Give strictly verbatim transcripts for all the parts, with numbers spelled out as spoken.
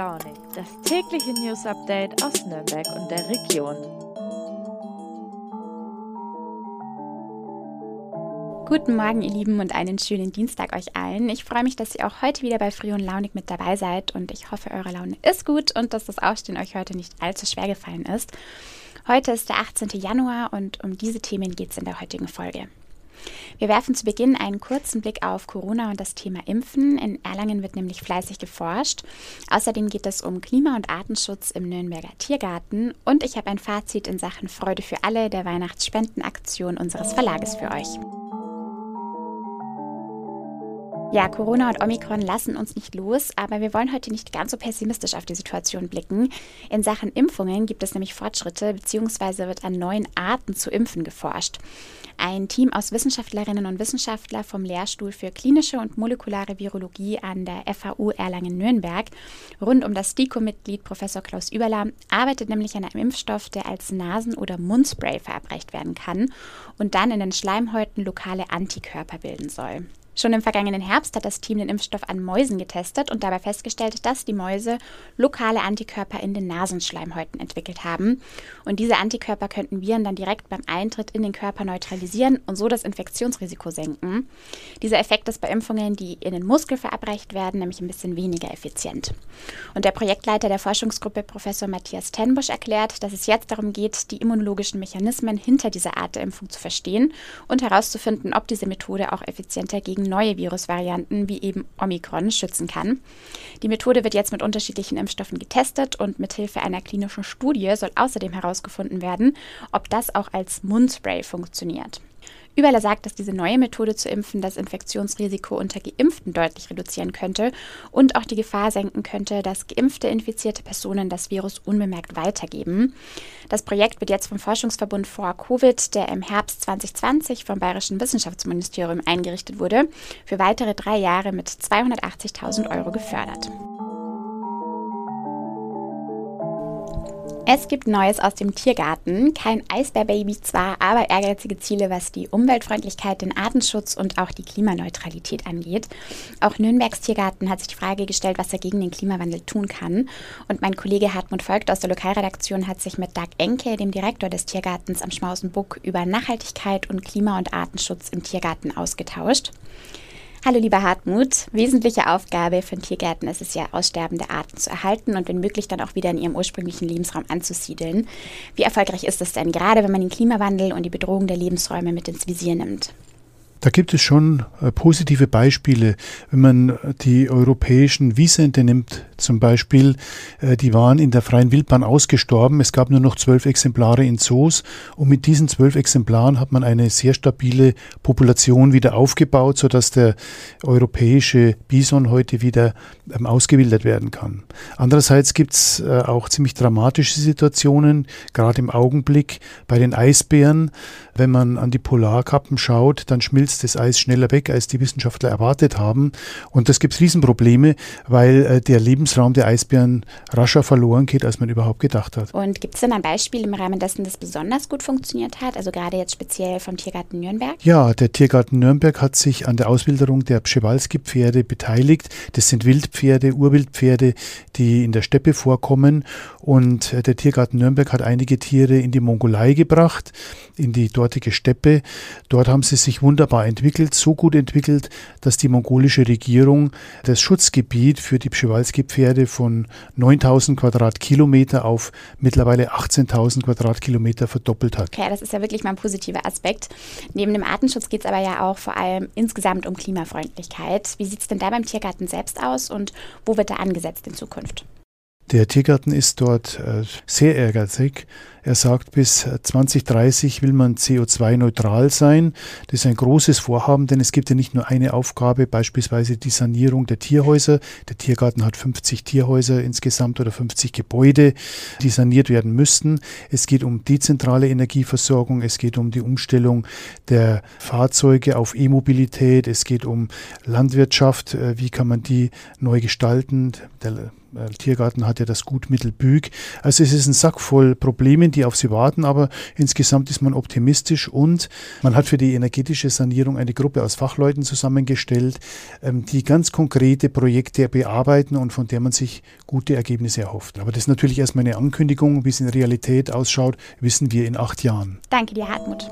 Launig, das tägliche News-Update aus Nürnberg und der Region. Guten Morgen, ihr Lieben, und einen schönen Dienstag euch allen. Ich freue mich, dass ihr auch heute wieder bei Früh und Launig mit dabei seid und ich hoffe, eure Laune ist gut und dass das Aufstehen euch heute nicht allzu schwer gefallen ist. Heute ist der achtzehnten Januar und um diese Themen geht es in der heutigen Folge. Wir werfen zu Beginn einen kurzen Blick auf Corona und das Thema Impfen. In Erlangen wird nämlich fleißig geforscht. Außerdem geht es um Klima- und Artenschutz im Nürnberger Tiergarten. Und ich habe ein Fazit in Sachen Freude für alle der Weihnachtsspendenaktion unseres Verlages für euch. Ja, Corona und Omikron lassen uns nicht los, aber wir wollen heute nicht ganz so pessimistisch auf die Situation blicken. In Sachen Impfungen gibt es nämlich Fortschritte, beziehungsweise wird an neuen Arten zu impfen geforscht. Ein Team aus Wissenschaftlerinnen und Wissenschaftlern vom Lehrstuhl für klinische und molekulare Virologie an der F H U Erlangen-Nürnberg rund um das STIKO-Mitglied Professor Klaus Überler arbeitet nämlich an einem Impfstoff, der als Nasen- oder Mundspray verabreicht werden kann und dann in den Schleimhäuten lokale Antikörper bilden soll. Schon im vergangenen Herbst hat das Team den Impfstoff an Mäusen getestet und dabei festgestellt, dass die Mäuse lokale Antikörper in den Nasenschleimhäuten entwickelt haben. Und diese Antikörper könnten Viren dann direkt beim Eintritt in den Körper neutralisieren und so das Infektionsrisiko senken. Dieser Effekt ist bei Impfungen, die in den Muskel verabreicht werden, nämlich ein bisschen weniger effizient. Und der Projektleiter der Forschungsgruppe, Professor Matthias Tenbusch, erklärt, dass es jetzt darum geht, die immunologischen Mechanismen hinter dieser Art der Impfung zu verstehen und herauszufinden, ob diese Methode auch effizienter gegen neue Virusvarianten wie eben Omikron schützen kann. Die Methode wird jetzt mit unterschiedlichen Impfstoffen getestet und mithilfe einer klinischen Studie soll außerdem herausgefunden werden, ob das auch als Mundspray funktioniert. Überler sagt, dass diese neue Methode zu impfen das Infektionsrisiko unter Geimpften deutlich reduzieren könnte und auch die Gefahr senken könnte, dass geimpfte infizierte Personen das Virus unbemerkt weitergeben. Das Projekt wird jetzt vom Forschungsverbund For Covid, der im Herbst zwanzig zwanzig vom Bayerischen Wissenschaftsministerium eingerichtet wurde, für weitere drei Jahre mit zweihundertachtzigtausend Euro gefördert. Es gibt Neues aus dem Tiergarten. Kein Eisbärbaby zwar, aber ehrgeizige Ziele, was die Umweltfreundlichkeit, den Artenschutz und auch die Klimaneutralität angeht. Auch Nürnbergs Tiergarten hat sich die Frage gestellt, was er gegen den Klimawandel tun kann. Und mein Kollege Hartmut Voigt aus der Lokalredaktion hat sich mit Dag Enke, dem Direktor des Tiergartens am Schmausenbuck, über Nachhaltigkeit und Klima- und Artenschutz im Tiergarten ausgetauscht. Hallo lieber Hartmut, wesentliche Aufgabe von Tiergärten ist es ja, aussterbende Arten zu erhalten und wenn möglich dann auch wieder in ihrem ursprünglichen Lebensraum anzusiedeln. Wie erfolgreich ist es denn, gerade wenn man den Klimawandel und die Bedrohung der Lebensräume mit ins Visier nimmt? Da gibt es schon äh, positive Beispiele. Wenn man die europäischen Wiesente nimmt, zum Beispiel, äh, die waren in der freien Wildbahn ausgestorben. Es gab nur noch zwölf Exemplare in Zoos und mit diesen zwölf Exemplaren hat man eine sehr stabile Population wieder aufgebaut, sodass der europäische Bison heute wieder ähm, ausgewildert werden kann. Andererseits gibt es äh, auch ziemlich dramatische Situationen, gerade im Augenblick bei den Eisbären. Wenn man an die Polarkappen schaut, dann schmilzt das Eis schneller weg, als die Wissenschaftler erwartet haben. Und das gibt Riesenprobleme, weil äh, der Lebensraum der Eisbären rascher verloren geht, als man überhaupt gedacht hat. Und gibt es denn ein Beispiel im Rahmen dessen, das besonders gut funktioniert hat, also gerade jetzt speziell vom Tiergarten Nürnberg? Ja, der Tiergarten Nürnberg hat sich an der Auswilderung der Przewalski-Pferde beteiligt. Das sind Wildpferde, Urwildpferde, die in der Steppe vorkommen. Und äh, der Tiergarten Nürnberg hat einige Tiere in die Mongolei gebracht, in die dortige Steppe. Dort haben sie sich wunderbar entwickelt, so gut entwickelt, dass die mongolische Regierung das Schutzgebiet für die Przewalski-Pferde von neuntausend Quadratkilometer auf mittlerweile achtzehntausend Quadratkilometer verdoppelt hat. Okay, das ist ja wirklich mal ein positiver Aspekt. Neben dem Artenschutz geht es aber ja auch vor allem insgesamt um Klimafreundlichkeit. Wie sieht es denn da beim Tiergarten selbst aus und wo wird da angesetzt in Zukunft? Der Tiergarten ist dort äh, sehr ehrgeizig. Er sagt, bis zwanzig dreißig will man C O zwei neutral sein. Das ist ein großes Vorhaben, denn es gibt ja nicht nur eine Aufgabe, beispielsweise die Sanierung der Tierhäuser. Der Tiergarten hat fünfzig Tierhäuser insgesamt oder fünfzig Gebäude, die saniert werden müssten. Es geht um dezentrale Energieversorgung, es geht um die Umstellung der Fahrzeuge auf E-Mobilität, es geht um Landwirtschaft, wie kann man die neu gestalten. Der äh, Tiergarten hat ja das Gutmittel Büg. Also es ist ein Sack voll Problemen, die auf sie warten, aber insgesamt ist man optimistisch und man hat für die energetische Sanierung eine Gruppe aus Fachleuten zusammengestellt, ähm, die ganz konkrete Projekte bearbeiten und von der man sich gute Ergebnisse erhofft. Aber das ist natürlich erstmal eine Ankündigung, wie es in Realität ausschaut, wissen wir in acht Jahren. Danke dir, Hartmut.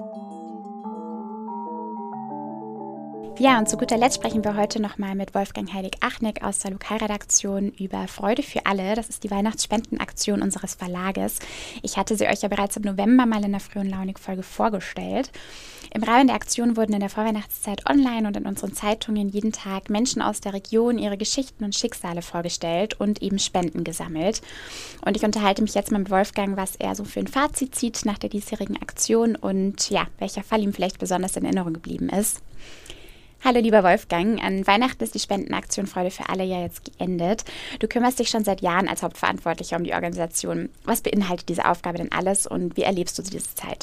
Ja, und zu guter Letzt sprechen wir heute nochmal mit Wolfgang Heilig-Achneck aus der Lokalredaktion über Freude für alle. Das ist die Weihnachtsspendenaktion unseres Verlages. Ich hatte sie euch ja bereits im November mal in der Früh- und Launig-Folge vorgestellt. Im Rahmen der Aktion wurden in der Vorweihnachtszeit online und in unseren Zeitungen jeden Tag Menschen aus der Region ihre Geschichten und Schicksale vorgestellt und eben Spenden gesammelt. Und ich unterhalte mich jetzt mal mit Wolfgang, was er so für ein Fazit zieht nach der diesjährigen Aktion und ja, welcher Fall ihm vielleicht besonders in Erinnerung geblieben ist. Hallo lieber Wolfgang, an Weihnachten ist die Spendenaktion Freude für alle ja jetzt geendet. Du kümmerst dich schon seit Jahren als Hauptverantwortlicher um die Organisation. Was beinhaltet diese Aufgabe denn alles und wie erlebst du diese Zeit?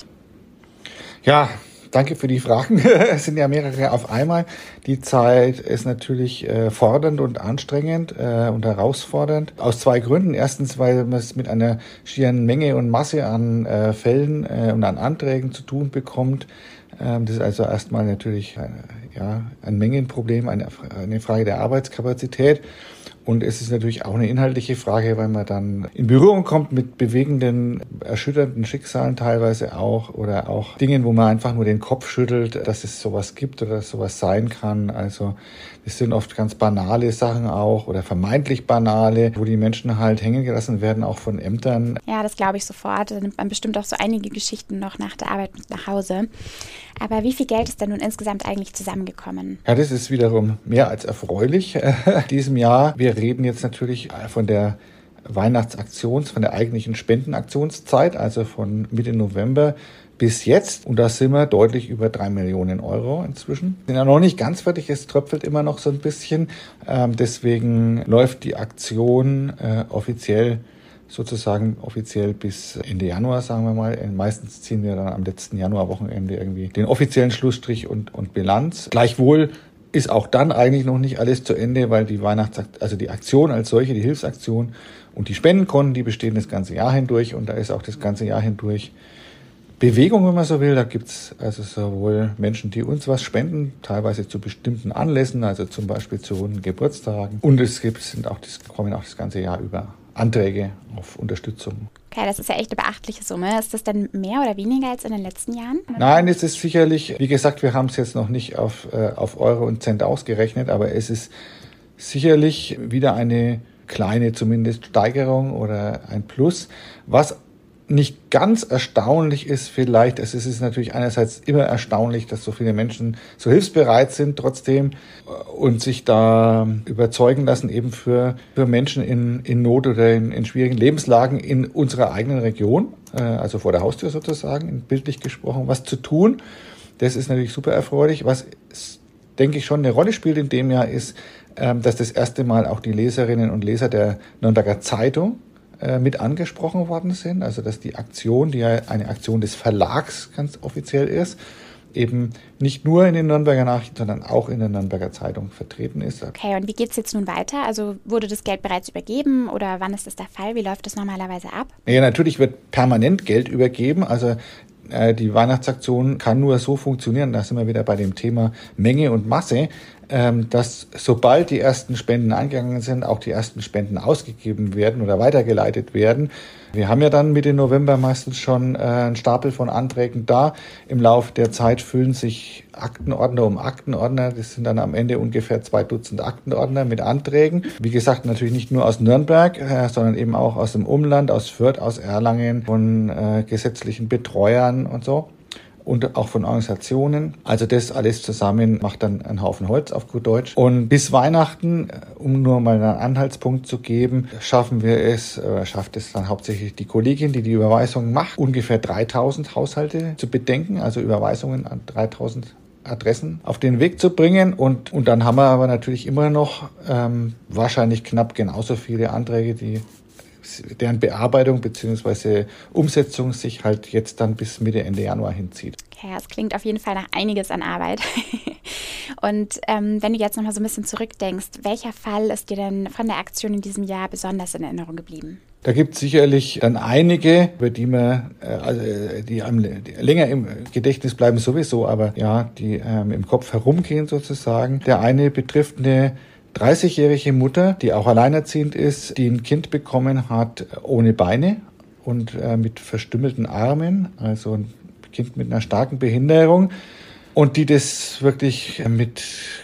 Ja, danke für die Fragen. Es sind ja mehrere auf einmal. Die Zeit ist natürlich äh, fordernd und anstrengend äh, und herausfordernd. Aus zwei Gründen. Erstens, weil man es mit einer schieren Menge und Masse an äh, Fällen äh, und an Anträgen zu tun bekommt. Ähm, das ist also erstmal natürlich äh, ja, ein Mengenproblem, eine, eine Frage der Arbeitskapazität. Und es ist natürlich auch eine inhaltliche Frage, weil man dann in Berührung kommt mit bewegenden, erschütternden Schicksalen teilweise auch oder auch Dingen, wo man einfach nur den Kopf schüttelt, dass es sowas gibt oder dass sowas sein kann. Also es sind oft ganz banale Sachen auch oder vermeintlich banale, wo die Menschen halt hängen gelassen werden, auch von Ämtern. Ja, das glaube ich sofort. Da nimmt man bestimmt auch so einige Geschichten noch nach der Arbeit mit nach Hause. Aber wie viel Geld ist denn nun insgesamt eigentlich zusammengekommen? Ja, das ist wiederum mehr als erfreulich äh, diesem Jahr. Wir reden jetzt natürlich von der Weihnachtsaktions, von der eigentlichen Spendenaktionszeit, also von Mitte November bis jetzt. Und da sind wir deutlich über drei Millionen Euro inzwischen. Sind ja noch nicht ganz fertig, es tröpfelt immer noch so ein bisschen. Ähm, deswegen läuft die Aktion äh, offiziell sozusagen offiziell bis Ende Januar, sagen wir mal. Meistens ziehen wir dann am letzten Januarwochenende irgendwie den offiziellen Schlussstrich und, und Bilanz. Gleichwohl ist auch dann eigentlich noch nicht alles zu Ende, weil die Weihnachtsakt, also die Aktion als solche, die Hilfsaktion und die Spendenkonten, die bestehen das ganze Jahr hindurch und da ist auch das ganze Jahr hindurch Bewegung, wenn man so will. Da gibt's also sowohl Menschen, die uns was spenden, teilweise zu bestimmten Anlässen, also zum Beispiel zu runden Geburtstagen. Und es gibt, sind auch das, kommen auch das ganze Jahr über Anträge auf Unterstützung. Okay, das ist ja echt eine beachtliche Summe. Ist das denn mehr oder weniger als in den letzten Jahren? Nein, es ist sicherlich, wie gesagt, wir haben es jetzt noch nicht auf, äh, auf Euro und Cent ausgerechnet, aber es ist sicherlich wieder eine kleine zumindest Steigerung oder ein Plus, was nicht ganz erstaunlich ist vielleicht. Es ist natürlich einerseits immer erstaunlich, dass so viele Menschen so hilfsbereit sind trotzdem und sich da überzeugen lassen, eben für, für Menschen in, in Not oder in, in schwierigen Lebenslagen in unserer eigenen Region, also vor der Haustür sozusagen, bildlich gesprochen, was zu tun. Das ist natürlich super erfreulich. Was, denke ich, schon eine Rolle spielt in dem Jahr ist, dass das erste Mal auch die Leserinnen und Leser der Nürnberger Zeitung mit angesprochen worden sind, also dass die Aktion, die ja eine Aktion des Verlags ganz offiziell ist, eben nicht nur in den Nürnberger Nachrichten, sondern auch in der Nürnberger Zeitung vertreten ist. Okay, und wie geht es jetzt nun weiter? Also wurde das Geld bereits übergeben oder wann ist das der Fall? Wie läuft das normalerweise ab? Ja, natürlich wird permanent Geld übergeben, also äh, die Weihnachtsaktion kann nur so funktionieren, da sind wir wieder bei dem Thema Menge und Masse, dass sobald die ersten Spenden eingegangen sind, auch die ersten Spenden ausgegeben werden oder weitergeleitet werden. Wir haben ja dann Mitte November meistens schon einen Stapel von Anträgen da. Im Laufe der Zeit füllen sich Aktenordner um Aktenordner. Das sind dann am Ende ungefähr zwei Dutzend Aktenordner mit Anträgen. Wie gesagt, natürlich nicht nur aus Nürnberg, sondern eben auch aus dem Umland, aus Fürth, aus Erlangen, von äh, gesetzlichen Betreuern und so. Und auch von Organisationen. Also das alles zusammen macht dann einen Haufen Holz auf gut Deutsch. Und bis Weihnachten, um nur mal einen Anhaltspunkt zu geben, schaffen wir es, äh, schafft es dann hauptsächlich die Kollegin, die die Überweisung macht, ungefähr dreitausend Haushalte zu bedenken, also Überweisungen an dreitausend Adressen auf den Weg zu bringen. Und, und dann haben wir aber natürlich immer noch ähm, wahrscheinlich knapp genauso viele Anträge, die deren Bearbeitung bzw. Umsetzung sich halt jetzt dann bis Mitte, Ende Januar hinzieht. Okay, das klingt auf jeden Fall nach einiges an Arbeit. Und ähm, wenn du jetzt nochmal so ein bisschen zurückdenkst, welcher Fall ist dir denn von der Aktion in diesem Jahr besonders in Erinnerung geblieben? Da gibt es sicherlich dann einige, über die man, äh, also die einem die länger im Gedächtnis bleiben sowieso, aber ja, die ähm, im Kopf herumgehen sozusagen. Der eine betrifft eine dreißigjährige Mutter, die auch alleinerziehend ist, die ein Kind bekommen hat ohne Beine und äh, mit verstümmelten Armen, also ein Kind mit einer starken Behinderung, und die das wirklich mit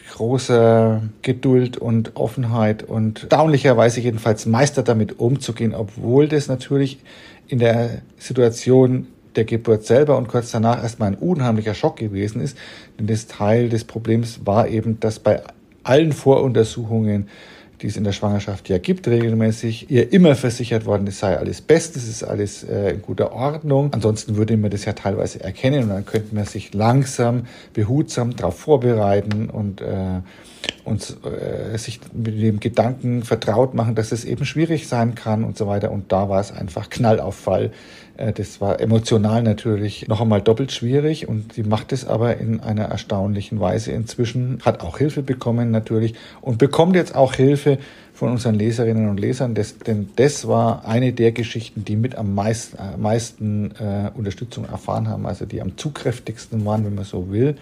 großer Geduld und Offenheit und erstaunlicherweise jedenfalls meistert, damit umzugehen, obwohl das natürlich in der Situation der Geburt selber und kurz danach erstmal ein unheimlicher Schock gewesen ist. Denn das Teil des Problems war eben, dass bei allen Voruntersuchungen, die es in der Schwangerschaft ja gibt, regelmäßig ihr immer versichert worden, es sei alles bestens, es ist alles äh, in guter Ordnung. Ansonsten würde man das ja teilweise erkennen und dann könnte man sich langsam, behutsam darauf vorbereiten und äh, uns äh, sich mit dem Gedanken vertraut machen, dass es eben schwierig sein kann und so weiter. Und da war es einfach Knallauffall. Äh, das war emotional natürlich noch einmal doppelt schwierig und sie macht es aber in einer erstaunlichen Weise inzwischen, hat auch Hilfe bekommen natürlich und bekommt jetzt auch Hilfe von unseren Leserinnen und Lesern, das, denn das war eine der Geschichten, die mit am meisten, äh, meisten äh, Unterstützung erfahren haben, also die am zugkräftigsten waren, wenn man so will.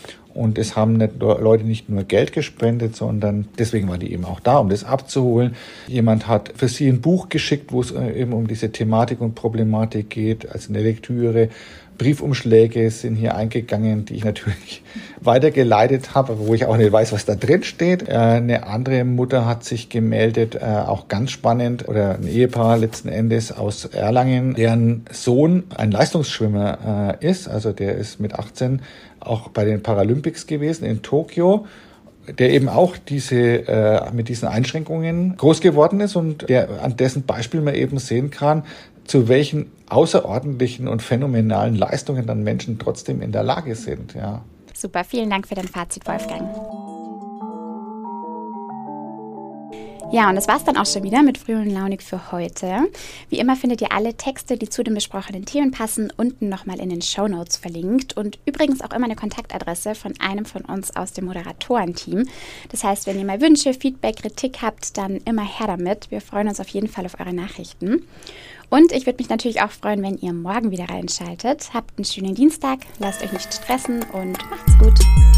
Und es haben nicht, Leute nicht nur Geld gespendet, sondern deswegen war die eben auch da, um das abzuholen. Jemand hat für sie ein Buch geschickt, wo es eben um diese Thematik und Problematik geht, also eine Lektüre. Briefumschläge sind hier eingegangen, die ich natürlich weitergeleitet habe, wo ich auch nicht weiß, was da drin steht. Eine andere Mutter hat sich gemeldet, auch ganz spannend, oder ein Ehepaar letzten Endes aus Erlangen, deren Sohn ein Leistungsschwimmer ist, also der ist mit achtzehn auch bei den Paralympics gewesen in Tokio, der eben auch diese äh, mit diesen Einschränkungen groß geworden ist und der an dessen Beispiel man eben sehen kann, zu welchen außerordentlichen und phänomenalen Leistungen dann Menschen trotzdem in der Lage sind. Ja. Super, vielen Dank für dein Fazit, Wolfgang. Ja, und das war's dann auch schon wieder mit Früh und Launig für heute. Wie immer findet ihr alle Texte, die zu den besprochenen Themen passen, unten nochmal in den Shownotes verlinkt. Und übrigens auch immer eine Kontaktadresse von einem von uns aus dem Moderatorenteam. Das heißt, wenn ihr mal Wünsche, Feedback, Kritik habt, dann immer her damit. Wir freuen uns auf jeden Fall auf eure Nachrichten. Und ich würde mich natürlich auch freuen, wenn ihr morgen wieder reinschaltet. Habt einen schönen Dienstag, lasst euch nicht stressen und macht's gut.